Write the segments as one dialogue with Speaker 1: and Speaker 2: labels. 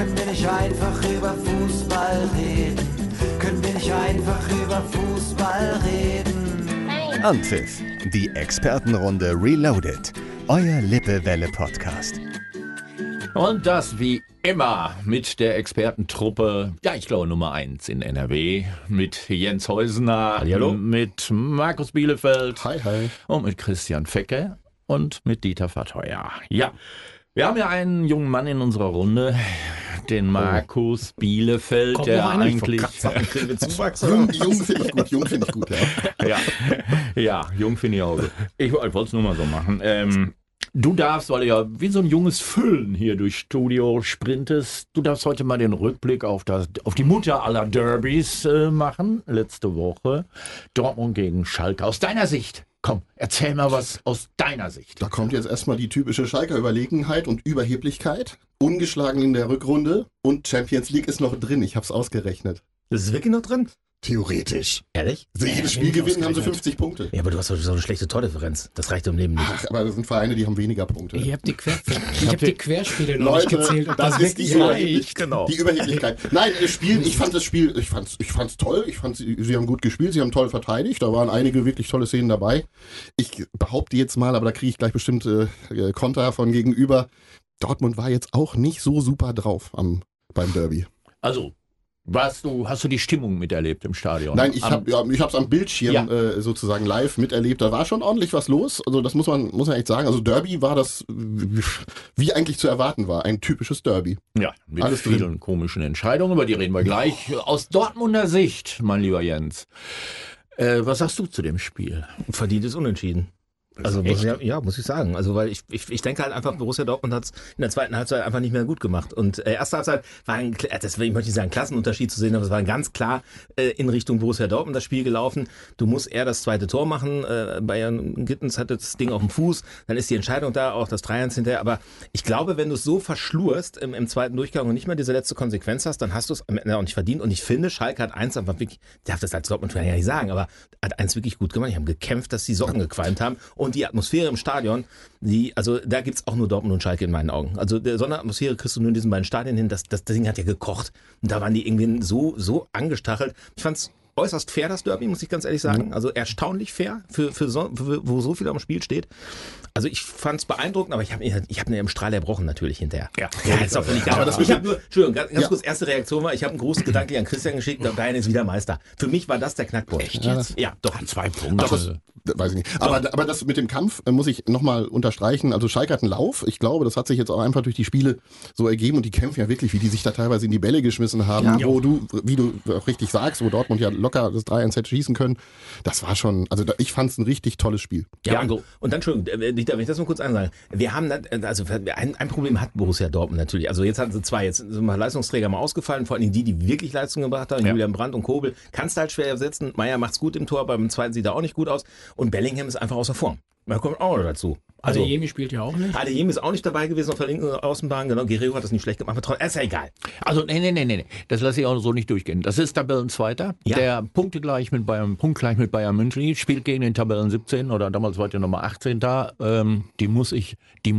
Speaker 1: Können wir nicht einfach über Fußball reden? Können wir nicht einfach über Fußball reden?
Speaker 2: Anpfiff, die Expertenrunde Reloaded, euer Lippe-Welle-Podcast.
Speaker 3: Und das wie immer mit der Expertentruppe, ja, ich glaube Nummer 1 in NRW, mit Jens Heusener,
Speaker 4: Hallo.
Speaker 3: mit Markus Bielefeld
Speaker 4: Hi, hi.
Speaker 3: und mit Christian Fecke und mit Dieter Verteuer. Ja, wir haben ja einen jungen Mann in unserer Runde, den Markus Bielefeld,
Speaker 5: Kommt
Speaker 3: der
Speaker 5: noch einer?
Speaker 3: eigentlich...
Speaker 4: Jung finde ich gut, ja.
Speaker 3: Ja, jung finde ich auch gut. Ich wollte es nur mal so machen. Du darfst, weil du ja wie so ein junges Füllen hier durchs Studio sprintest, du darfst heute mal den Rückblick auf die Mutter aller Derbys machen. Letzte Woche Dortmund gegen Schalke. Aus deiner Sicht, komm, erzähl mal was aus deiner Sicht.
Speaker 4: Da kommt jetzt erstmal die typische Schalker Überlegenheit und Überheblichkeit. Ungeschlagen in der Rückrunde und Champions League ist noch drin. Ich habe es ausgerechnet.
Speaker 5: Das ist wirklich noch drin?
Speaker 4: Theoretisch.
Speaker 5: Ehrlich?
Speaker 4: Wenn sie jedes Spiel gewinnen, haben sie 50 Punkte.
Speaker 5: Ja, aber du hast doch so eine schlechte Tordifferenz. Das reicht im Leben nicht.
Speaker 4: Ach, aber das sind Vereine, die haben weniger Punkte.
Speaker 6: Ich habe die Querspiele noch nicht
Speaker 4: Leute,
Speaker 6: gezählt. Und
Speaker 4: das ist die
Speaker 6: leicht.
Speaker 4: Die Überheblichkeit. Nein, ich fand's toll. Sie haben gut gespielt, sie haben toll verteidigt. Da waren einige wirklich tolle Szenen dabei. Ich behaupte jetzt mal, aber da kriege ich gleich bestimmt Konter von gegenüber. Dortmund war jetzt auch nicht so super drauf beim Derby.
Speaker 3: Also, hast du die Stimmung miterlebt im Stadion?
Speaker 4: Nein, ich hab's am Bildschirm sozusagen live miterlebt. Da war schon ordentlich was los. Also das muss man echt sagen. Also Derby war das, wie eigentlich zu erwarten war. Ein typisches Derby.
Speaker 3: Ja, mit
Speaker 4: Alles
Speaker 3: vielen
Speaker 4: drin.
Speaker 3: komischen Entscheidungen, über die reden wir gleich. Aus Dortmunder Sicht, mein lieber Jens, was sagst du zu dem Spiel?
Speaker 5: Verdientes Unentschieden. Also muss ich sagen. Also weil ich denke halt einfach, Borussia Dortmund hat es in der zweiten Halbzeit einfach nicht mehr gut gemacht. Und erste Halbzeit war ich möchte nicht sagen Klassenunterschied zu sehen, aber es war ganz klar in Richtung Borussia Dortmund das Spiel gelaufen. Du musst eher das zweite Tor machen. Bayern Gittens hatte das Ding auf dem Fuß. Dann ist die Entscheidung da, auch das 3-1 hinterher. Aber ich glaube, wenn du es so verschlurst im zweiten Durchgang und nicht mehr diese letzte Konsequenz hast, dann hast du es am Ende auch nicht verdient. Und ich finde, Schalke hat eins einfach wirklich, ich darf das als Dortmund ja nicht sagen, aber hat eins wirklich gut gemacht. Die haben gekämpft, dass die Socken gequalmt haben. Und die Atmosphäre im Stadion, also da gibt's auch nur Dortmund und Schalke in meinen Augen. Also so eine Atmosphäre kriegst du nur in diesen beiden Stadien hin, das Ding hat ja gekocht. Und da waren die irgendwie so angestachelt. Ich fand's äußerst fair, das Derby, muss ich ganz ehrlich sagen. Also erstaunlich fair, wo so viel am Spiel steht. Also ich fand's beeindruckend, aber ich hab mir im Strahl erbrochen natürlich hinterher. Ja, ist auch völlig egal. Ich habe nur, Entschuldigung, ganz kurz, erste Reaktion war, ich habe einen großen Gedanken an Christian geschickt, Bayern ist wieder Meister. Für mich war das der Knackpunkt.
Speaker 3: Echt
Speaker 5: jetzt? Ja, doch. 2 Punkte.
Speaker 4: Weiß ich nicht. Aber das mit dem Kampf muss ich nochmal unterstreichen. Also Schalke hat einen Lauf. Ich glaube, das hat sich jetzt auch einfach durch die Spiele so ergeben und die kämpfen ja wirklich, wie die sich da teilweise in die Bälle geschmissen haben, wo du, wie du auch richtig sagst, wo Dortmund ja locker das 3-1 hätte schießen können. Das war schon, also ich fand es ein richtig tolles Spiel.
Speaker 5: Ja, und dann, Entschuldigung, Dieter, wenn ich das nur kurz ansage. Wir haben, also ein Problem hat Borussia Dortmund natürlich. Also jetzt hatten sie zwei, jetzt sind mal Leistungsträger mal ausgefallen, vor allem die wirklich Leistung gebracht haben, Julian Brandt und Kobel. Kannst du halt schwer ersetzen. Meier macht's gut im Tor, beim zweiten sieht er auch nicht gut aus. Und Bellingham ist einfach außer Form. Da kommt auch noch dazu.
Speaker 6: Also Adeyemi spielt ja auch nicht.
Speaker 5: Adeyemi ist auch nicht dabei gewesen auf der linken Außenbahn. Genau, Guerrero hat das nicht schlecht gemacht. Aber ist ja egal.
Speaker 3: Also nee. Das lasse ich auch so nicht durchgehen. Das ist Tabellenzweiter, der punktgleich mit Bayern München spielt gegen den Tabellen 17 oder damals war der Nummer 18 da. Die muss ich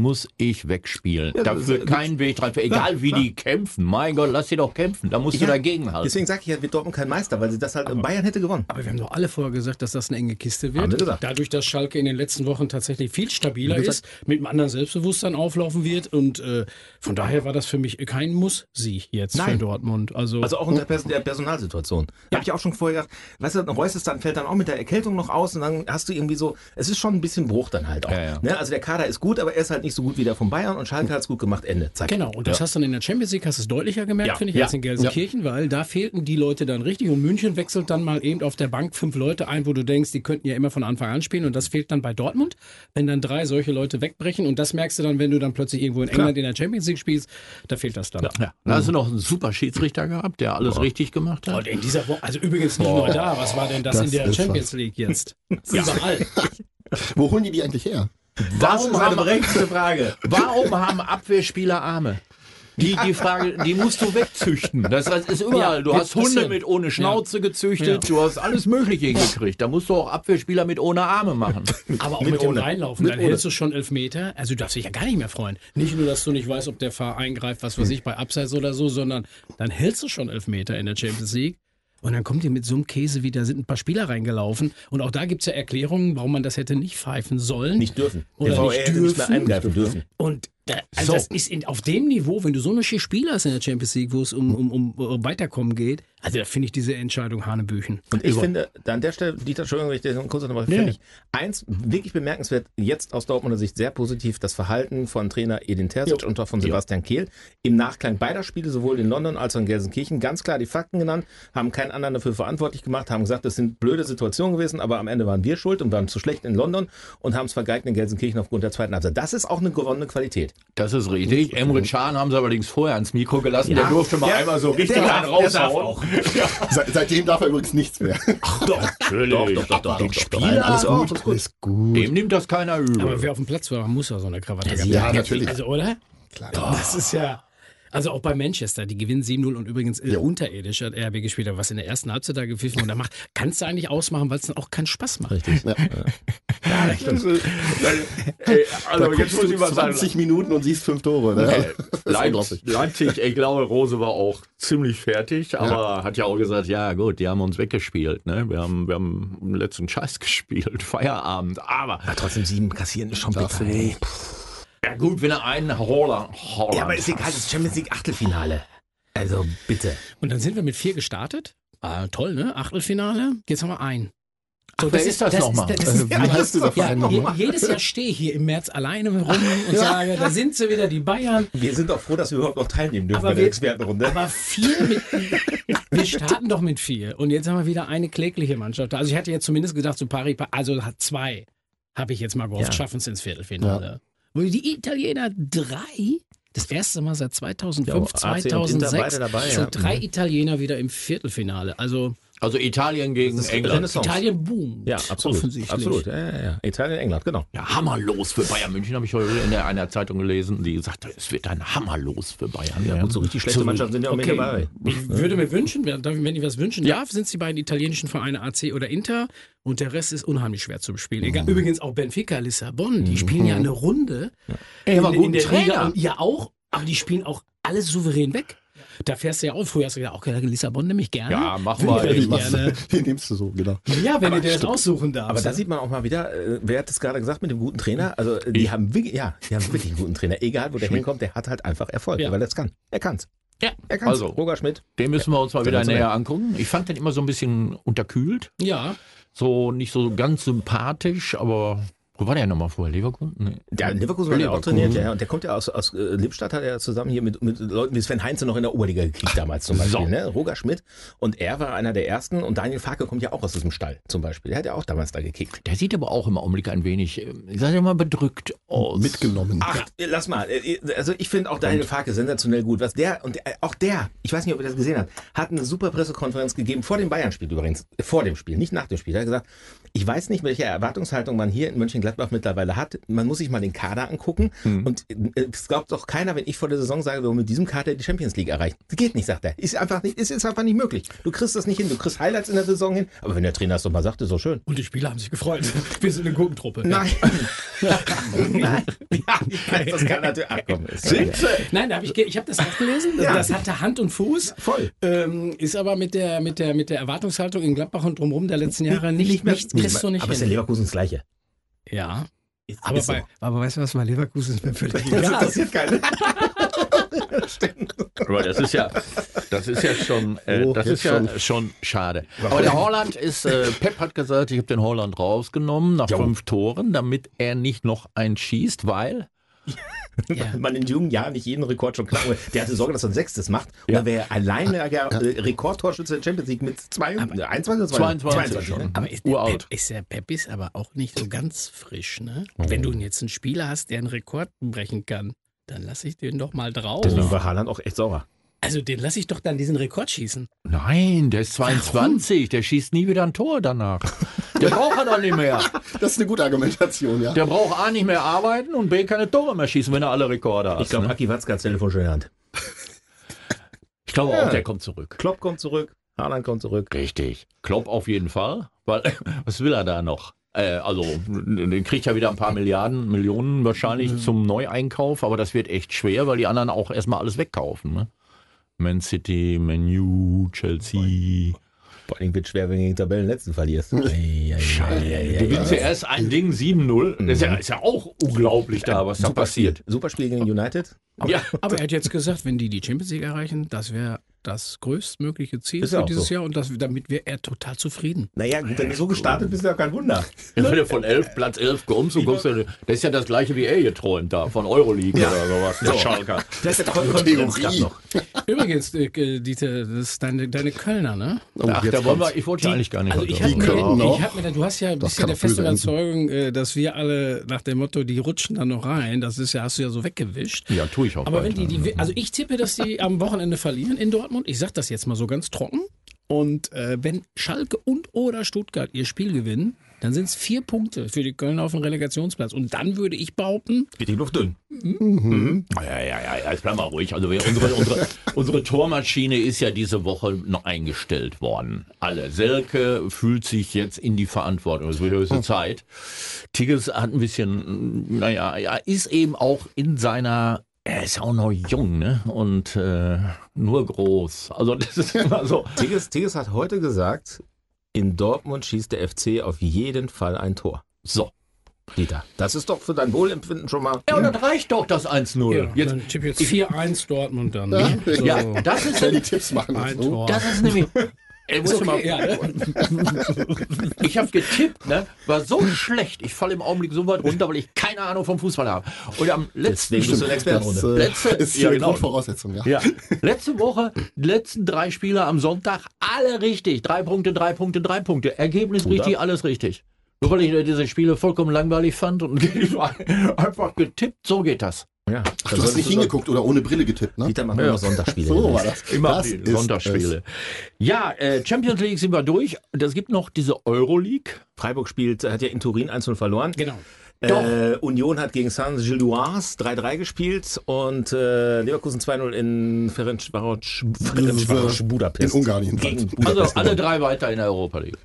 Speaker 3: wegspielen. Da führt kein Weg dran. Egal wie die kämpfen. Mein Gott, lass sie doch kämpfen. Da musst du dagegen halten.
Speaker 5: Deswegen sage ich ja, wird Dortmund kein Meister, weil sie das halt Bayern hätte gewonnen.
Speaker 6: Aber wir haben doch alle vorher gesagt, dass das eine enge Kiste
Speaker 5: Haben wir
Speaker 6: wird.
Speaker 5: gesagt.
Speaker 6: Dadurch, dass Schalke in den letzten Wochen tatsächlich viel stabiler ist, mit einem anderen Selbstbewusstsein auflaufen wird. Und von daher war das für mich kein Muss-Sieg jetzt für Dortmund. Also
Speaker 5: auch unter der Personalsituation. Da habe ich auch schon vorher gedacht, weißt du, Reus fällt dann auch mit der Erkältung noch aus und dann hast du irgendwie so, es ist schon ein bisschen Bruch dann halt auch.
Speaker 3: Ja.
Speaker 5: Ne? Also der Kader ist gut, aber er ist halt nicht so gut wie der von Bayern und Schalke hat es gut gemacht, Ende. Zack.
Speaker 6: Genau, und das hast du dann in der Champions League, hast du es deutlicher gemerkt, finde ich, als in Gelsenkirchen, weil da fehlten die Leute dann richtig und München wechselt dann mal eben auf der Bank 5 Leute ein, wo du denkst, die könnten ja immer von Anfang an spielen und das fehlt dann bei Dortmund, wenn dann 3 solche Leute wegbrechen und das merkst du dann, wenn du dann plötzlich irgendwo in England in der Champions League spielst, da fehlt das dann.
Speaker 3: Ja. Da hast du noch einen super Schiedsrichter gehabt, der alles richtig gemacht hat.
Speaker 6: Und in dieser Woche, also übrigens nicht nur da, was war denn das in der Champions League jetzt? Überall.
Speaker 4: Wo holen die eigentlich her?
Speaker 3: Warum haben Abwehrspieler Arme? Die Frage, die musst du wegzüchten. Das ist überall. Du hast Hunde mit ohne Schnauze gezüchtet, du hast alles Mögliche hingekriegt. Da musst du auch Abwehrspieler mit ohne Arme machen.
Speaker 6: Aber auch mit dem Reinlaufen, dann hältst du schon Elfmeter. Also du darfst dich ja gar nicht mehr freuen. Nicht nur, dass du nicht weißt, ob der Fahrer eingreift, was weiß ich, bei Abseits oder so, sondern dann hältst du schon Elfmeter in der Champions League. Und dann kommt ihr mit so einem Käse wie, da sind ein paar Spieler reingelaufen. Und auch da gibt es ja Erklärungen, warum man das hätte nicht pfeifen sollen.
Speaker 5: Nicht dürfen.
Speaker 6: Oder
Speaker 5: Der
Speaker 6: nicht
Speaker 5: hätte nicht mehr eingreifen dürfen.
Speaker 6: Und das ist auf dem Niveau, wenn du so eine Spieler hast in der Champions League, wo es um Weiterkommen geht, also da finde ich diese Entscheidung Hanebüchen.
Speaker 5: Und ich finde, an der Stelle, Dieter, Entschuldigung, wenn ich das kurz nochmal finde ich, eins wirklich bemerkenswert, jetzt aus Dortmunder Sicht sehr positiv, das Verhalten von Trainer Edin Terzic und auch von Sebastian Kehl im Nachklang beider Spiele, sowohl in London als auch in Gelsenkirchen, ganz klar die Fakten genannt, haben keinen anderen dafür verantwortlich gemacht, haben gesagt, das sind blöde Situationen gewesen, aber am Ende waren wir schuld und waren zu schlecht in London und haben es vergeigt in Gelsenkirchen aufgrund der zweiten Halbzeit. Das ist auch eine gewonnene Qualität.
Speaker 3: Das ist richtig. Emre Can haben sie allerdings vorher ans Mikro gelassen. Der durfte mal einmal so richtig einen raushauen.
Speaker 4: Seitdem darf er übrigens nichts mehr.
Speaker 3: Ach doch, natürlich. Doch.
Speaker 4: Nein, alles gut.
Speaker 3: Dem nimmt das keiner übel.
Speaker 6: Aber wer auf dem Platz war, muss ja so eine Krawatte haben.
Speaker 4: Ja, natürlich.
Speaker 6: Also, oder?
Speaker 4: Klar.
Speaker 6: Das ist ja... Also auch bei Manchester, die gewinnen 7-0 und übrigens unterirdisch hat RB gespielt, was in der ersten Halbzeit da gepfiffen und da kannst du eigentlich ausmachen, weil es dann auch keinen Spaß macht.
Speaker 5: Richtig.
Speaker 4: Ja.
Speaker 3: Also jetzt muss ich mal
Speaker 4: 20
Speaker 3: sagen,
Speaker 4: Minuten und siehst 5 Tore. Ne?
Speaker 3: Leipzig, ich glaube, Rose war auch ziemlich fertig, aber hat ja auch gesagt, ja gut, die haben uns weggespielt. Ne? Wir haben den letzten Scheiß gespielt, Feierabend, aber
Speaker 5: trotzdem 7 kassieren ist schon bitter. Ey.
Speaker 3: Ja gut, wenn er einen Holland
Speaker 5: Ja, aber ist egal, das ist Champions League Achtelfinale. Also bitte.
Speaker 6: Und dann sind wir mit 4 gestartet. Toll, ne? Achtelfinale. Jetzt haben wir einen.
Speaker 3: So, wer ist das nochmal?
Speaker 4: Wie heißt dieser Verein nochmal?
Speaker 6: Jedes Jahr stehe ich hier im März alleine rum und sage, da sind sie wieder, die Bayern.
Speaker 5: Wir sind doch froh, dass wir überhaupt noch teilnehmen dürfen
Speaker 6: Aber
Speaker 5: bei der Expertenrunde.
Speaker 6: Aber 4 wir starten doch mit 4. Und jetzt haben wir wieder eine klägliche Mannschaft. Also ich hatte jetzt zumindest gedacht, so also 2 habe ich jetzt mal gehofft, schaffen es ins Viertelfinale. Ja. Wo die Italiener 3, das erste Mal seit 2005, 2006,
Speaker 5: dabei,
Speaker 6: sind 3 Italiener wieder im Viertelfinale. Also
Speaker 3: Italien gegen England.
Speaker 6: Italien boom.
Speaker 5: Ja, absolut.
Speaker 6: Offensichtlich.
Speaker 5: Absolut. Ja. Italien, England, genau.
Speaker 3: Ja, hammerlos für Bayern München, habe ich heute in einer Zeitung gelesen, die sagte, es wird ein hammerlos für Bayern.
Speaker 5: Ja, gut, so richtig schlechte Mannschaften sind ja auch mit dabei.
Speaker 6: Ich würde mir wünschen, wenn ich was wünschen darf, sind es die beiden italienischen Vereine AC oder Inter und der Rest ist unheimlich schwer zu bespielen. Egal. Übrigens auch Benfica, Lissabon, die spielen ja eine Runde in der Liga. Ja auch, aber die spielen auch alles souverän weg. Da fährst du ja auch, früher hast du gesagt, auch Lissabon nehme ich gerne.
Speaker 3: Ja, mach mal.
Speaker 4: Den nimmst du so, genau.
Speaker 6: Ja, wenn du dir das aussuchen darfst.
Speaker 5: Aber da sieht man auch mal wieder, wer hat das gerade gesagt mit dem guten Trainer? Also die haben wirklich einen guten Trainer. Egal, wo der hinkommt, der hat halt einfach Erfolg, weil er es kann. Er kann's.
Speaker 6: Ja,
Speaker 5: er kann's.
Speaker 3: Also,
Speaker 5: Roger Schmidt.
Speaker 3: Den müssen wir uns mal wieder näher angucken. Ich fand den immer so ein bisschen unterkühlt.
Speaker 6: Ja.
Speaker 3: So nicht so ganz sympathisch, aber... Wo war der nochmal vorher? Leverkusen? Nee.
Speaker 5: Ja, Leverkusen hat er auch trainiert, ja. Und der kommt ja aus Lippstadt, hat er zusammen hier mit Leuten wie Sven Heinze noch in der Oberliga gekriegt damals zum Beispiel, ne? Roger Schmidt. Und er war einer der ersten und Daniel Farke kommt ja auch aus diesem Stall zum Beispiel. Der hat ja auch damals da gekickt.
Speaker 3: Der sieht aber auch im Augenblick ein wenig, ich sag mal, bedrückt aus.
Speaker 4: Mitgenommen.
Speaker 5: Ach, lass mal. Also ich finde auch Daniel Farke sensationell gut. Auch der, ich weiß nicht, ob ihr das gesehen habt, hat eine super Pressekonferenz gegeben vor dem Bayern-Spiel übrigens. Vor dem Spiel, nicht nach dem Spiel. Er hat gesagt, ich weiß nicht, welche Erwartungshaltung man hier in Mönchengladbach mittlerweile hat. Man muss sich mal den Kader angucken. Und es glaubt doch keiner, wenn ich vor der Saison sage, wir wollen mit diesem Kader die Champions League erreichen. Das geht nicht, sagt er. Ist einfach nicht möglich. Du kriegst das nicht hin. Du kriegst Highlights in der Saison hin. Aber wenn der Trainer das doch mal sagt, ist so schön.
Speaker 6: Und die Spieler haben sich gefreut. Wir sind eine Gurkentruppe.
Speaker 5: Nein. Nein. Das kann natürlich abkommen.
Speaker 6: Nein, ich habe das auch gelesen. Das hatte Hand und Fuß.
Speaker 5: Voll.
Speaker 6: Ist aber mit der Erwartungshaltung in Gladbach und drumherum der letzten Jahre nicht kriegst du nicht
Speaker 5: aber
Speaker 6: hin.
Speaker 5: ist der Leverkusen das Gleiche.
Speaker 6: Ja. Aber weißt du was, bei Leverkusen ist mir völlig
Speaker 5: egal. Das interessiert keinen.
Speaker 3: Stimmt. Aber das ist ja schon schade. Aber der Haaland ist, Pep hat gesagt, ich habe den Haaland rausgenommen nach 5 Toren, damit er nicht noch einen schießt, weil...
Speaker 5: man in jungen Jahren nicht jeden Rekord schon knacken will. Der hatte Sorge, dass er ein 6. macht. Und dann wäre er alleine Rekordtorschütze der Champions League mit 22
Speaker 3: schon.
Speaker 6: Aber der Pep ist aber auch nicht so ganz frisch, ne? Wenn du jetzt einen Spieler hast, der einen Rekord brechen kann, dann lasse ich den doch mal drauf.
Speaker 5: Deswegen war Haaland auch echt sauer.
Speaker 6: Also den lasse ich doch dann diesen Rekord schießen.
Speaker 3: Nein, der ist 22, der schießt nie wieder ein Tor danach. Der braucht er doch nicht mehr.
Speaker 4: Das ist eine gute Argumentation, ja.
Speaker 3: Der braucht A nicht mehr arbeiten und B keine Tore mehr schießen, wenn er alle Rekorde hat.
Speaker 5: Ich glaube, Aki Watzke hat das Telefon schon in der Hand.
Speaker 3: Ich glaube auch, der kommt zurück.
Speaker 5: Klopp kommt zurück, Haaland kommt zurück.
Speaker 3: Richtig. Klopp auf jeden Fall. Weil, was will er da noch? Also, den kriegt ja wieder ein paar Millionen wahrscheinlich zum Neueinkauf, aber das wird echt schwer, weil die anderen auch erstmal alles wegkaufen. Ne? Man City, Man U, Chelsea.
Speaker 5: Vor allem wird schwer, wenn du gegen Tabellenletzten verlierst.
Speaker 3: Du gewinnst ja erst ein Ding 7-0. Das ist ja auch unglaublich da, was da passiert.
Speaker 5: Super Spiel gegen United.
Speaker 6: Aber er hat jetzt gesagt, wenn die Champions League erreichen, das wäre das größtmögliche Ziel
Speaker 5: Ist
Speaker 6: für
Speaker 5: auch
Speaker 6: dieses
Speaker 5: so.
Speaker 6: Jahr und damit wäre er total zufrieden.
Speaker 5: Naja, gut, wenn du so gestartet bist, ist ja kein Wunder.
Speaker 3: Ja, wenn du von Platz 11 kommst, das ist ja das gleiche wie er geträumt da, von Euroleague oder sowas. Der Schalker.
Speaker 5: Das ist der Konferenzcup noch.
Speaker 6: Übrigens, Dieter, das ist deine Kölner, ne?
Speaker 3: Ach, da wollen wir, ich wollte ja eigentlich gar nicht.
Speaker 6: Also ich habe mir, du hast ja ein bisschen der festen Überzeugung, dass wir alle nach dem Motto, die rutschen da noch rein, das ist ja, hast du ja so weggewischt.
Speaker 3: Ja, tue ich auch.
Speaker 6: Aber wenn also ich tippe, dass die am Wochenende verlieren in Dortmund. Ich sag das jetzt mal so ganz trocken. Und wenn Schalke und oder Stuttgart ihr Spiel gewinnen, dann sind es 4 Punkte für die Kölner auf dem Relegationsplatz. Und dann würde ich behaupten,
Speaker 5: Geht die Luft dünn.
Speaker 3: Ja, jetzt bleib mal ruhig. Also unsere Tormaschine ist ja diese Woche noch eingestellt worden. Alle. Selke fühlt sich jetzt in die Verantwortung. Das wird höchste Zeit. Tigges hat ein bisschen, ist eben auch in seiner... Er ist auch noch jung, ne? Und nur groß. Also das ist immer so.
Speaker 5: Tigges hat heute gesagt, in Dortmund schießt der FC auf jeden Fall ein Tor.
Speaker 3: So.
Speaker 5: Dieter, das ist doch für dein Wohlempfinden schon mal...
Speaker 3: Ja, und dann reicht doch das 1-0.
Speaker 6: ja,
Speaker 3: Jetzt,
Speaker 6: dann tippe jetzt 4-1 Dortmund dann. Ne? So.
Speaker 3: ja, das ist
Speaker 4: Ja, die Tipps machen
Speaker 6: ein
Speaker 4: so.
Speaker 6: Tor.
Speaker 3: Das ist nämlich...
Speaker 6: Ist okay, ja, ne?
Speaker 3: Ich habe getippt, ne? War so schlecht. Ich falle im Augenblick so weit runter, weil ich keine Ahnung vom Fußball habe. Und am letzten
Speaker 5: Deswegen bist du in der Expertenrunde.
Speaker 4: Das ist eine Grundvoraussetzung, ja.
Speaker 3: Ja. Letzte Woche, die letzten 3 Spiele am Sonntag, alle richtig. 3 Punkte, 3 Punkte, 3 Punkte. Ergebnis richtig, alles richtig. Nur weil ich diese Spiele vollkommen langweilig fand und einfach getippt, so geht das.
Speaker 5: Ja,
Speaker 4: Du hast nicht hingeguckt oder ohne Brille getippt, ne?
Speaker 5: Dieter macht nur noch Sonntagsspiele.
Speaker 4: So war das.
Speaker 3: Immer
Speaker 4: Das
Speaker 3: die
Speaker 4: ist
Speaker 3: Sonntagsspiele. Ja, Champions League sind wir durch. Das gibt noch diese Euroleague.
Speaker 5: Freiburg hat ja in Turin 1-0 verloren.
Speaker 6: Genau.
Speaker 5: Union hat gegen Saint-Gilloise 3-3 gespielt und Leverkusen 2-0 in Ferencvaros Budapest.
Speaker 4: In Ungarn
Speaker 5: Gegen
Speaker 3: Also
Speaker 5: Budapest.
Speaker 3: alle 3 weiter in der Europa League.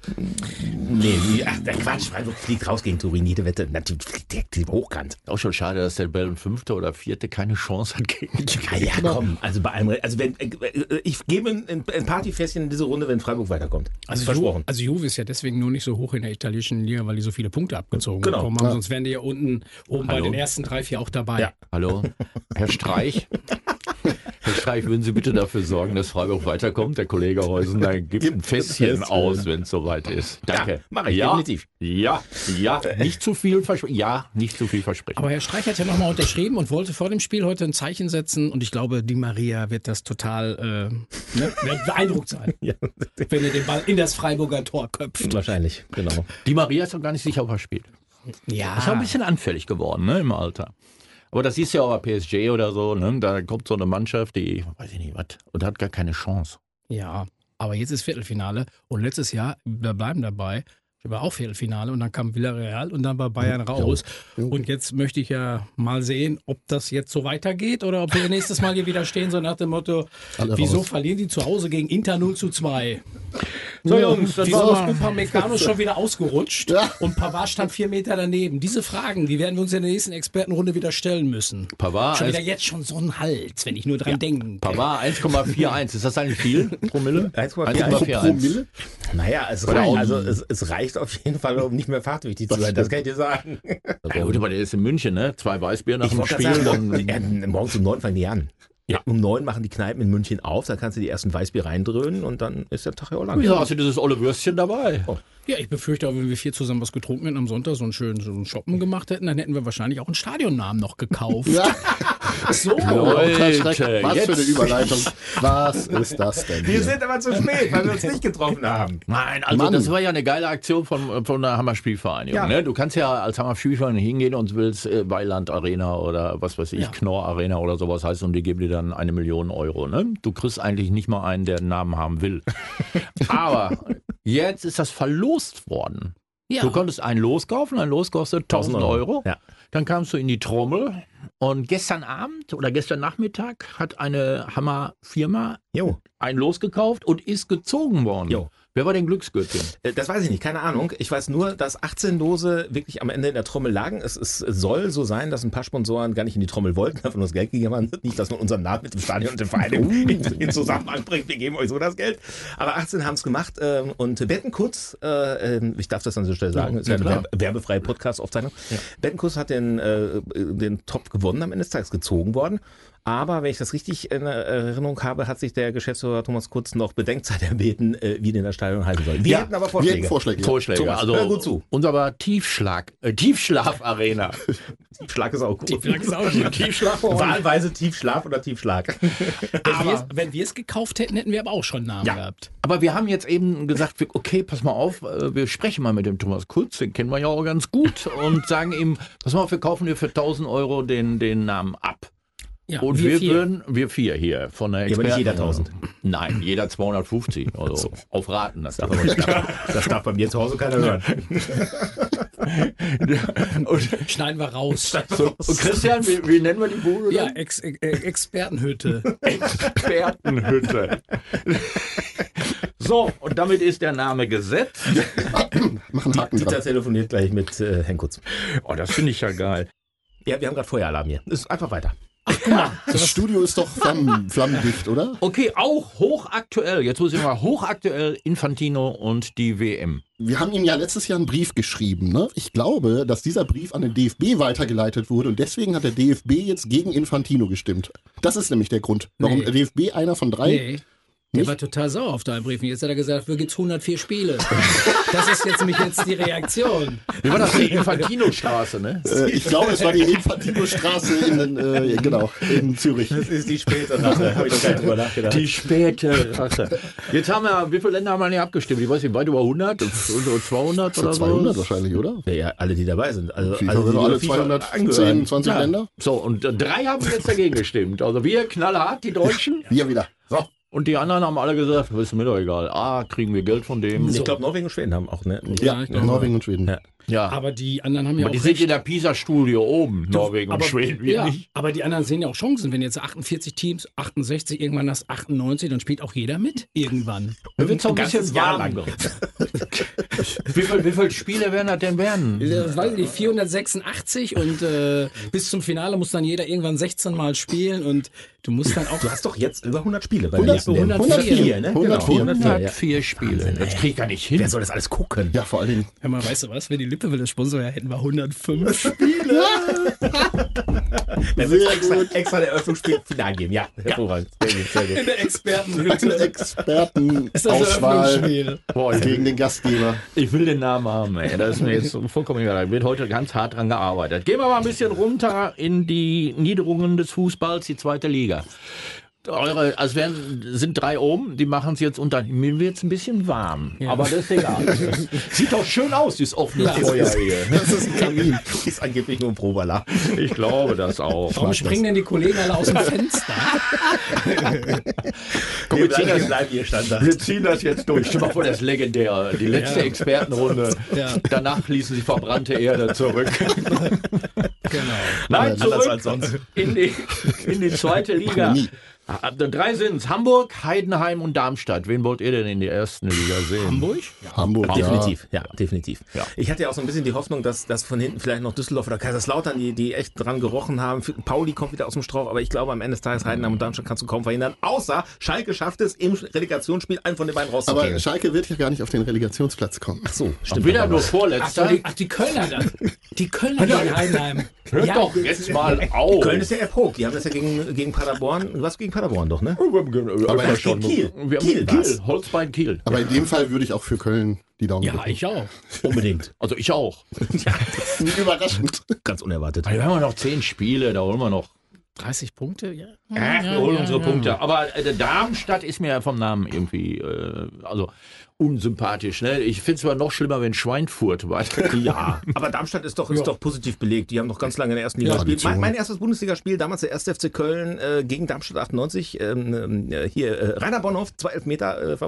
Speaker 5: Nee, der Quatsch, Freiburg fliegt raus gegen Turin, jede Wette, natürlich fliegt der hochkant.
Speaker 3: Auch schon schade, dass der Bell 5. oder 4. keine Chance hat gegen
Speaker 5: Ja, komm, also bei allem, also wenn, ich gebe ein Partyfässchen in diese Runde, wenn Freiburg weiterkommt.
Speaker 6: Also
Speaker 5: versprochen.
Speaker 6: Also Juve ist ja deswegen nur nicht so hoch in der italienischen Liga, weil die so viele Punkte abgezogen bekommen haben. Sonst wären die ja oben bei den ersten 3, 4 auch dabei.
Speaker 5: Ja.
Speaker 3: Hallo, Herr Streich. Herr Streich, würden Sie bitte dafür sorgen, dass Freiburg weiterkommt? Der Kollege Heusen, da gibt ein Fässchen aus, wenn es soweit ist. Danke.
Speaker 5: Ja, mache ich definitiv.
Speaker 3: Ja, nicht zu viel versprechen. Ja, nicht zu viel versprechen.
Speaker 6: Aber Herr Streich hat ja nochmal unterschrieben und wollte vor dem Spiel heute ein Zeichen setzen. Und ich glaube, Di Maria wird das total wird beeindruckt sein, wenn er den Ball in das Freiburger Tor köpft.
Speaker 5: Wahrscheinlich, genau.
Speaker 3: Di Maria ist doch gar nicht sicher, ob er spielt.
Speaker 6: Ja.
Speaker 3: Ist auch ein bisschen anfällig geworden, ne, im Alter. Aber das siehst du ja auch bei PSG oder so, ne? Da kommt so eine Mannschaft, die, weiß ich nicht was, und hat gar keine Chance.
Speaker 6: Ja, aber jetzt ist Viertelfinale und letztes Jahr, wir bleiben dabei, war auch Viertelfinale und dann kam Villarreal und dann war Bayern raus. Und jetzt möchte ich ja mal sehen, ob das jetzt so weitergeht oder ob wir nächstes Mal hier wieder stehen, so nach dem Motto, wieso verlieren die zu Hause gegen Inter 0-2?
Speaker 3: So Jungs, das
Speaker 6: Wieso
Speaker 3: war
Speaker 6: ist Upamecano schon wieder ausgerutscht und Pavard stand 4 Meter daneben? Diese Fragen, die werden wir uns in der nächsten Expertenrunde wieder stellen müssen.
Speaker 3: Pavard
Speaker 6: Schon wieder jetzt schon so ein Hals, wenn ich nur dran denke.
Speaker 3: Pavard 1,41. Ist das eigentlich viel? Promille?
Speaker 5: 1,41.
Speaker 4: Promille?
Speaker 5: Naja, es reicht auf jeden Fall, um nicht mehr fahrtüchtig zu sein. Das kann ich dir sagen.
Speaker 3: Ja, gut, aber der ist in München, ne? 2 Weißbier nach dem
Speaker 5: wollte
Speaker 3: Spiel.
Speaker 5: sagen, morgens um 9 fangen die an. Ja. Um 9 machen die Kneipen in München auf, da kannst du die ersten Weißbier reindröhnen und dann ist der Tag ja auch lang.
Speaker 3: Wieso hast du dieses olle Würstchen dabei?
Speaker 6: Ja, ich befürchte auch, wenn wir 4 zusammen was getrunken hätten am Sonntag, so einen Shoppen gemacht hätten, dann hätten wir wahrscheinlich auch einen Stadionnamen noch gekauft.
Speaker 4: Ja.
Speaker 6: So.
Speaker 3: Leute,
Speaker 4: Was für eine Überleitung. Was ist das denn
Speaker 5: Wir
Speaker 4: hier?
Speaker 5: sind aber zu spät, weil wir uns nicht getroffen haben.
Speaker 3: Nein, also
Speaker 4: Mann.
Speaker 3: das war ja eine geile Aktion von der Hammer Spielvereinigung.
Speaker 5: Ja.
Speaker 3: Ne? Du kannst ja als Hammer Spielvereinigung hingehen und willst Weiland Arena oder was weiß ich, Knorr Arena oder sowas heißt und die geben dir dann 1 Million Euro. Ne? Du kriegst eigentlich nicht mal einen, der einen Namen haben will. Aber jetzt ist das verlost worden.
Speaker 6: Ja.
Speaker 3: Du konntest ein Los kaufen, ein Los kostet 1000 Euro.
Speaker 5: Ja.
Speaker 3: Dann kamst du in die Trommel und gestern Abend oder gestern Nachmittag hat eine Hammerfirma ein Los gekauft und ist gezogen worden.
Speaker 5: Jo.
Speaker 3: Wer war denn Glücksgürtchen?
Speaker 5: Das weiß ich nicht, keine Ahnung. Ich weiß nur, dass 18 Lose wirklich am Ende in der Trommel lagen. Es soll so sein, dass ein paar Sponsoren gar nicht in die Trommel wollten, einfach nur das Geld gegeben haben. Nicht, dass man unseren Namen mit dem Stadion und dem Verein in Zusammenhang bringt. Wir geben euch so das Geld. Aber 18 haben es gemacht. Und Bettenkurz, ich darf das an dieser Stelle sagen, ist ja eine werbefreie Podcast-Aufzeichnung. Ja. Bettenkurz hat den Top gewonnen, am Ende des Tages gezogen worden. Aber wenn ich das richtig in Erinnerung habe, hat sich der Geschäftsführer Thomas Kurz noch Bedenkzeit erbeten, wie denn das Stadion heißen soll. Wir hätten aber Vorschläge.
Speaker 3: Vorschläge.
Speaker 5: Thomas,
Speaker 3: also
Speaker 5: hör gut zu.
Speaker 3: Unser war Tiefschlafarena.
Speaker 5: Tiefschlag ist auch gut.
Speaker 6: Tiefschlag ist auch gut.
Speaker 3: Tiefschlaf.
Speaker 5: Wahlweise Tiefschlaf oder Tiefschlag.
Speaker 6: Wenn wir es gekauft hätten, hätten wir aber auch schon einen Namen gehabt.
Speaker 3: Aber wir haben jetzt eben gesagt, okay, pass mal auf, wir sprechen mal mit dem Thomas Kurz, den kennen wir ja auch ganz gut und sagen ihm, pass mal auf, wir kaufen dir für 1000 Euro den Namen ab.
Speaker 6: Ja,
Speaker 3: und wir vier hier von der Experten.
Speaker 5: Ja, aber nicht jeder 1000.
Speaker 3: Nein, jeder 250. Also auf Raten. Das darf
Speaker 5: bei mir zu Hause keiner hören.
Speaker 6: Schneiden wir raus.
Speaker 3: So, und Christian, wie nennen wir die Bude?
Speaker 6: Ja, Expertenhütte.
Speaker 3: Expertenhütte. So, und damit ist der Name gesetzt.
Speaker 4: Machen Haken
Speaker 5: Dieter
Speaker 4: dran.
Speaker 5: telefoniert gleich mit Herrn Kurz.
Speaker 3: Oh, das finde ich ja geil.
Speaker 5: Ja, wir haben gerade Feueralarm hier. Ist einfach weiter.
Speaker 4: Das Studio ist doch flammendicht, oder?
Speaker 3: Okay, auch hochaktuell. Jetzt muss ich mal hochaktuell Infantino und die WM.
Speaker 4: Wir haben ihm ja letztes Jahr einen Brief geschrieben. Ne? Ich glaube, dass dieser Brief an den DFB weitergeleitet wurde und deswegen hat der DFB jetzt gegen Infantino gestimmt. Das ist nämlich der Grund, warum der DFB einer von 3...
Speaker 6: Nee. Der war total sauer auf deinen Brief. Und jetzt hat er gesagt, für gibt's 104 Spiele. Das ist jetzt die Reaktion.
Speaker 3: Wie war das? Die Infantino-Straße, ne?
Speaker 4: Ich glaube, es war die Infantino-Straße in Zürich.
Speaker 5: Das ist die späte Rache. Habe ich noch gar nicht drüber nachgedacht.
Speaker 3: Die späte Rache. Jetzt haben wir, wie viele Länder haben wir nicht abgestimmt? Ich weiß nicht, weit über 100? Oder 200 oder so?
Speaker 4: 200 wahrscheinlich, oder?
Speaker 5: Ja, alle, die dabei sind. Also
Speaker 4: alle 210, 20 Länder.
Speaker 3: So, und 3 haben jetzt dagegen gestimmt. Also wir knallhart, die Deutschen.
Speaker 4: Wir wieder. So.
Speaker 3: Und die anderen haben alle gesagt, ist mir doch egal. Kriegen wir Geld von dem.
Speaker 5: Ich glaube, Norwegen und Schweden haben auch, ne?
Speaker 4: Ja, Norwegen und Schweden.
Speaker 3: Ja.
Speaker 6: Aber die anderen haben ja
Speaker 3: Aber
Speaker 6: auch
Speaker 3: die sind in der PISA-Studie oben, Norwegen und Schweden. Wir nicht.
Speaker 6: Aber die anderen sehen ja auch Chancen. Wenn jetzt 48 Teams, 68, irgendwann das 98, dann spielt auch jeder mit. Irgendwann.
Speaker 3: Dann wird es ein bisschen
Speaker 5: Jahr
Speaker 3: warm.
Speaker 5: lang.
Speaker 3: Wie viele Spiele werden das denn werden?
Speaker 6: Das weiß ich nicht, 486 und bis zum Finale muss dann jeder irgendwann 16 Mal spielen und du musst dann auch...
Speaker 5: Du hast doch jetzt über 100 Spiele bei
Speaker 6: 104,
Speaker 5: ne?
Speaker 3: 104 Spiele. Das krieg ich gar nicht hin.
Speaker 5: Wer soll das alles gucken?
Speaker 4: Ja, vor allen Dingen.
Speaker 6: Hör mal, weißt du was, wenn die Lippe will das Sponsor, ja, hätten wir 105 Spiele.
Speaker 5: Wenn wir extra der Eröffnungsspiel final geben. Ja, hervorragend. Sehr gut.
Speaker 6: In der Expertenhütte. Ist das
Speaker 4: Expertenauswahl
Speaker 6: Eröffnungsspiel?
Speaker 4: gegen den Gastgeber.
Speaker 3: Ich will den Namen haben, ey. Das ist mir jetzt vollkommen egal. Da wird heute ganz hart dran gearbeitet. Gehen wir mal ein bisschen runter in die Niederungen des Fußballs, die 2. Liga. Sind 3 oben, die machen es jetzt unter. Mir wird es ein bisschen warm. Ja. Aber das ist egal. Sieht doch schön aus, dieses offene Feuer hier.
Speaker 5: Das ist ein Kamin. Ist angeblich nur ein Probaler.
Speaker 3: Ich glaube das auch.
Speaker 6: Warum springen denn die Kollegen alle aus dem Fenster?
Speaker 3: Komm, wir ziehen das jetzt durch. Stell mal vor, das ist legendär. Die letzte Expertenrunde. Ja. Danach ließen sie verbrannte Erde zurück.
Speaker 6: Genau.
Speaker 3: Nein, zurück in die 2. Liga. 3 sind es. Hamburg, Heidenheim und Darmstadt. Wen wollt ihr denn in der 1. Liga sehen?
Speaker 6: Hamburg?
Speaker 4: Ja. Hamburg,
Speaker 5: definitiv. Ja, definitiv.
Speaker 3: Ja.
Speaker 5: Ich hatte ja auch so ein bisschen die Hoffnung, dass von hinten vielleicht noch Düsseldorf oder Kaiserslautern, die echt dran gerochen haben. Pauli kommt wieder aus dem Strauch, aber ich glaube, am Ende des Tages Heidenheim und Darmstadt kannst du kaum verhindern. Außer Schalke schafft es, im Relegationsspiel einen von den beiden rauszukriegen.
Speaker 4: Aber Schalke wird ja gar nicht auf den Relegationsplatz kommen.
Speaker 5: Ach so, stimmt.
Speaker 3: Wieder nur Vorletzter.
Speaker 6: Ach, die Kölner dann. Die Kölner gegen Heidenheim.
Speaker 3: Hört doch jetzt mal auf.
Speaker 5: Köln ist ja erprobt. Die haben das ja gegen Paderborn. Was gegen Paderborn doch, ne?
Speaker 3: Aber
Speaker 5: schon Kiel.
Speaker 3: Kiel, Holzbein Kiel.
Speaker 4: Aber in dem Fall würde ich auch für Köln die Daumen
Speaker 6: Ja,
Speaker 4: drücken.
Speaker 6: ich auch.
Speaker 5: Unbedingt.
Speaker 3: Also ich auch.
Speaker 5: Ja, das ist überraschend. Ganz unerwartet.
Speaker 3: Da haben wir noch 10 Spiele, da holen wir noch.
Speaker 6: 30 Punkte, ja.
Speaker 3: Wir holen unsere Punkte. Aber Darmstadt ist mir vom Namen irgendwie unsympathisch. Ne? Ich finde es zwar noch schlimmer, wenn Schweinfurt weiterkommt.
Speaker 5: Ja, aber Darmstadt ist doch positiv belegt. Die haben noch ganz lange in der 1. Liga gespielt. Mein erstes Bundesligaspiel, damals der 1. FC Köln gegen Darmstadt 98. Rainer Bonhoff, 2 Elfmeter verwandelt.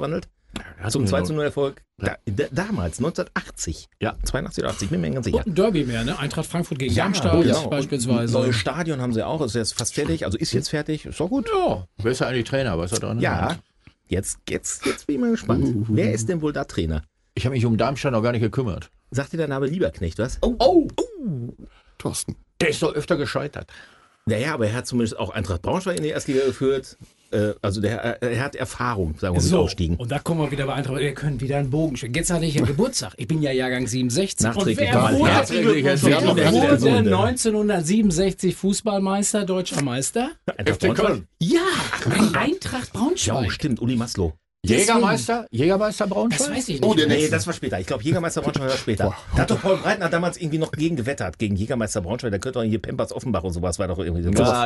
Speaker 5: Zum 2:0-Erfolg. Damals, 1980.
Speaker 6: Ja.
Speaker 5: 82 oder 80, bin mir ganz sicher.
Speaker 6: Und ein Derby mehr, ne? Eintracht Frankfurt gegen Darmstadt beispielsweise.
Speaker 5: Neues Stadion haben sie auch, ist jetzt fast fertig, also ist jetzt fertig, ist doch gut.
Speaker 3: Ja, wer ist ja eigentlich Trainer, was er dran
Speaker 5: Ja, jetzt bin ich mal gespannt. Wer ist denn wohl da Trainer?
Speaker 3: Ich habe mich um Darmstadt noch gar nicht gekümmert.
Speaker 5: Sagt dir der Name Lieberknecht, was?
Speaker 4: Thorsten.
Speaker 3: Der ist doch öfter gescheitert.
Speaker 5: Naja, aber er hat zumindest auch Eintracht Braunschweig in die Erstliga geführt. Also er hat Erfahrung, sagen wir, mit Aufstiegen.
Speaker 6: Und da kommen wir wieder bei Eintracht. Wir können wieder einen Bogen stellen. Jetzt hatte ich ja Geburtstag. Ich bin ja Jahrgang 67.
Speaker 5: Nachträglich.
Speaker 6: Und wer wurde
Speaker 5: wurde
Speaker 6: 1967 Fußballmeister, deutscher Meister?
Speaker 3: FC Köln.
Speaker 6: Ja, Eintracht Braunschweig.
Speaker 5: Ja, stimmt, Uli Maslow.
Speaker 3: Jägermeister Braunschweig?
Speaker 6: Das weiß ich
Speaker 4: Oh,
Speaker 6: nicht.
Speaker 5: Nee, das war später. Ich glaube, Jägermeister Braunschweig war später. Da hat doch Paul Breitner damals irgendwie noch gegen gewettert, gegen Jägermeister Braunschweig. Da könnte doch hier Pampers Offenbach und sowas, war doch irgendwie so.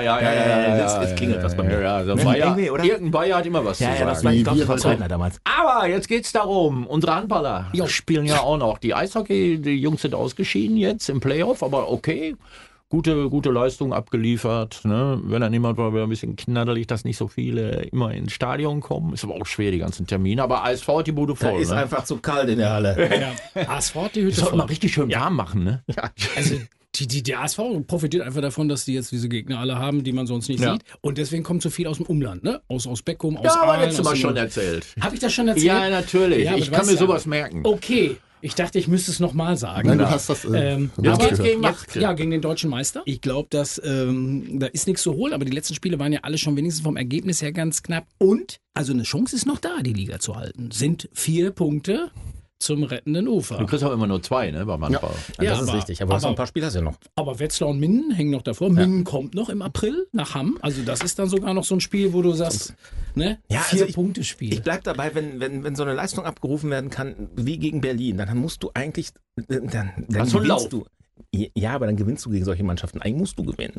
Speaker 5: Das klingelt was bei mir.
Speaker 3: Ja, also
Speaker 5: Irgendwie, oder?
Speaker 3: Irgendein Bayer hat immer was zu sagen.
Speaker 5: Das war, ich glaube, das war Breitner damals.
Speaker 3: Aber jetzt geht's darum, unsere Handballer spielen ja auch noch. Die Eishockey, die Jungs sind ausgeschieden jetzt im Playoff, aber okay. Gute Leistung abgeliefert. Ne? Wenn dann jemand war, ein bisschen knaddelig, dass nicht so viele immer ins Stadion kommen. Ist aber auch schwer, die ganzen Termine. Aber ASV hat die Bude voll.
Speaker 5: Da ist einfach zu kalt in der Halle.
Speaker 6: Ja. ASV hat die Hütte
Speaker 3: Sollte
Speaker 6: voll.
Speaker 3: mal richtig schön warm machen. Ne?
Speaker 5: Ja.
Speaker 6: Also die ASV profitiert einfach davon, dass die jetzt diese Gegner alle haben, die man sonst nicht sieht. Und deswegen kommt so viel aus dem Umland, ne? Aus Beckum, aus
Speaker 3: aber
Speaker 6: Aalen.
Speaker 3: letztes Mal schon erzählt.
Speaker 6: Habe ich das schon erzählt?
Speaker 3: Ja, natürlich.
Speaker 6: Ja,
Speaker 3: ich kann mir sowas merken.
Speaker 6: Okay. Ich dachte, ich müsste es nochmal sagen.
Speaker 4: Nein, du hast das.
Speaker 3: Jetzt geht's
Speaker 6: gegen den deutschen Meister. Ich glaube, dass da ist nichts zu holen, aber die letzten Spiele waren ja alle schon wenigstens vom Ergebnis her ganz knapp. Und, also eine Chance ist noch da, die Liga zu halten. Sind 4 Punkte zum rettenden Ufer.
Speaker 3: Du kriegst auch immer nur 2, ne, beim Handball.
Speaker 5: Ja, das ist richtig, aber noch ein paar Spiele hast du ja noch.
Speaker 6: Aber Wetzlar und Minden hängen noch davor. Minden kommt noch im April nach Hamm. Also das ist dann sogar noch so ein Spiel, wo du sagst, ne,
Speaker 5: Ja,
Speaker 6: 4-Punkte-Spiel.
Speaker 5: Ich bleib dabei, wenn so eine Leistung abgerufen werden kann, wie gegen Berlin, dann musst du eigentlich, dann gewinnst du. Ja, aber dann gewinnst du gegen solche Mannschaften. Eigentlich musst du gewinnen.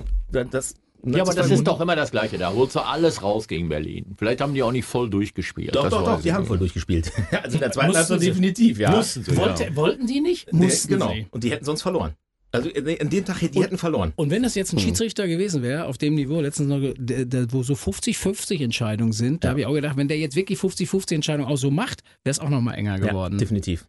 Speaker 3: Ja, aber das ist doch immer das Gleiche. Da holst du alles raus gegen Berlin. Vielleicht haben die auch nicht voll durchgespielt.
Speaker 5: Doch, die haben voll durchgespielt. Also in der zweiten Halbzeit definitiv, ja.
Speaker 3: Mussten sie,
Speaker 6: Wollten die nicht? Mussten
Speaker 5: genau.
Speaker 6: sie.
Speaker 5: Und die hätten sonst verloren. Also an dem Tag, die hätten verloren.
Speaker 6: Und wenn das jetzt ein Schiedsrichter gewesen wäre, auf dem Niveau, letztens noch, wo so 50-50 Entscheidungen sind, da habe ich auch gedacht, wenn der jetzt wirklich 50-50 Entscheidungen auch so macht, wäre es auch noch mal enger geworden.
Speaker 5: Ja, definitiv.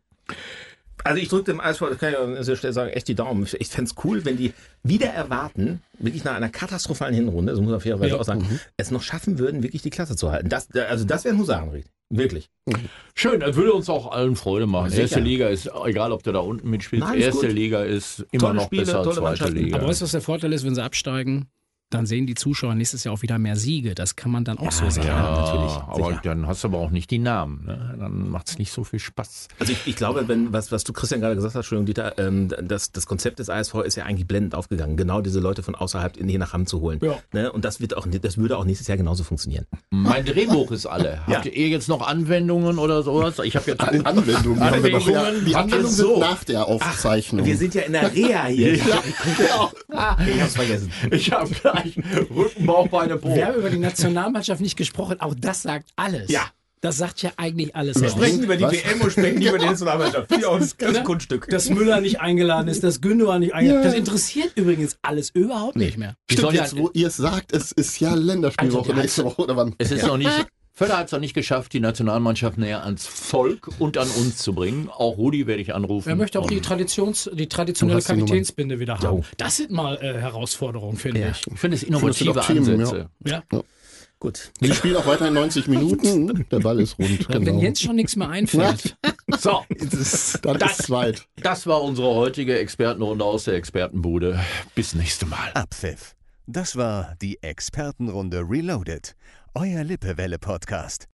Speaker 5: Also ich drücke dem ASV, das kann ich an dieser Stelle sagen, echt die Daumen. Ich fände es cool, wenn die wieder erwarten, wirklich nach einer katastrophalen Hinrunde, so muss man fairerweise auch sagen, es noch schaffen würden, wirklich die Klasse zu halten. Das wäre ein Husarenried. Wirklich.
Speaker 3: Schön, das würde uns auch allen Freude machen.
Speaker 5: Sicher.
Speaker 3: Erste Liga ist, egal ob du da unten mitspielst,
Speaker 5: Nein, ist
Speaker 3: erste
Speaker 5: gut.
Speaker 3: Liga ist immer
Speaker 5: Tolle
Speaker 3: noch
Speaker 5: Spiele,
Speaker 3: besser als
Speaker 5: tolle
Speaker 3: zweite
Speaker 5: Mannschaften.
Speaker 3: Liga.
Speaker 6: Aber weißt du, was der Vorteil ist, wenn sie absteigen? Dann sehen die Zuschauer nächstes Jahr auch wieder mehr Siege. Das kann man dann auch so sagen.
Speaker 3: Ja,
Speaker 5: natürlich.
Speaker 3: aber
Speaker 5: Sicher.
Speaker 3: dann hast du aber auch nicht die Namen. Ne? Dann macht es nicht so viel Spaß.
Speaker 5: Also ich glaube, was du Christian gerade gesagt hast, Entschuldigung, Dieter, das Konzept des ASV ist ja eigentlich blendend aufgegangen, genau diese Leute von außerhalb hier nach Hamm zu holen.
Speaker 6: Ja.
Speaker 5: Ne? Und das würde auch nächstes Jahr genauso funktionieren.
Speaker 3: Mein Drehbuch ist alle. Habt ihr jetzt noch Anwendungen oder sowas? Ich habe jetzt
Speaker 4: Anwendungen. Die Anwendungen sind nach der Aufzeichnung.
Speaker 5: Wir sind ja in der Reha hier.
Speaker 4: Ja, genau.
Speaker 5: Ich hab's vergessen.
Speaker 3: Ich habe gleich Rücken, Bauch, Beine, Po.
Speaker 6: Wir haben über die Nationalmannschaft nicht gesprochen. Auch das sagt alles.
Speaker 5: Ja.
Speaker 6: Das sagt ja eigentlich alles.
Speaker 5: Wir
Speaker 6: aus.
Speaker 5: sprechen über die
Speaker 4: Was?
Speaker 5: WM und sprechen nicht über die Nationalmannschaft. Finde ich auch das Kunststück.
Speaker 6: Dass Müller nicht eingeladen ist, dass Gündogan nicht eingeladen ist. Das interessiert übrigens alles überhaupt nicht mehr.
Speaker 4: Stimmt, jetzt wo ihr es sagt, es ist ja Länderspielwoche nächste Woche oder wann?
Speaker 3: Es ist noch nicht. Förder hat es noch nicht geschafft, die Nationalmannschaft näher ans Volk und an uns zu bringen. Auch Rudi werde ich anrufen.
Speaker 6: Er möchte auch die traditionelle
Speaker 4: hast die
Speaker 6: Kapitänsbinde wieder haben. Das sind mal Herausforderungen, finde ich.
Speaker 3: Ich finde es
Speaker 4: Findest
Speaker 3: innovative
Speaker 4: du doch Themen,
Speaker 3: Ansätze.
Speaker 6: Ja.
Speaker 5: Gut.
Speaker 4: Die spielen auch weiterhin 90 Minuten. Der Ball ist rund.
Speaker 6: Wenn
Speaker 4: Genau.
Speaker 6: Jens schon nichts mehr einfällt.
Speaker 3: So,
Speaker 4: Dann ist es weit.
Speaker 3: das war unsere heutige Expertenrunde aus der Expertenbude. Bis nächste Mal.
Speaker 2: Abpfiff. Das war die Expertenrunde Reloaded. Euer Lippewelle-Podcast.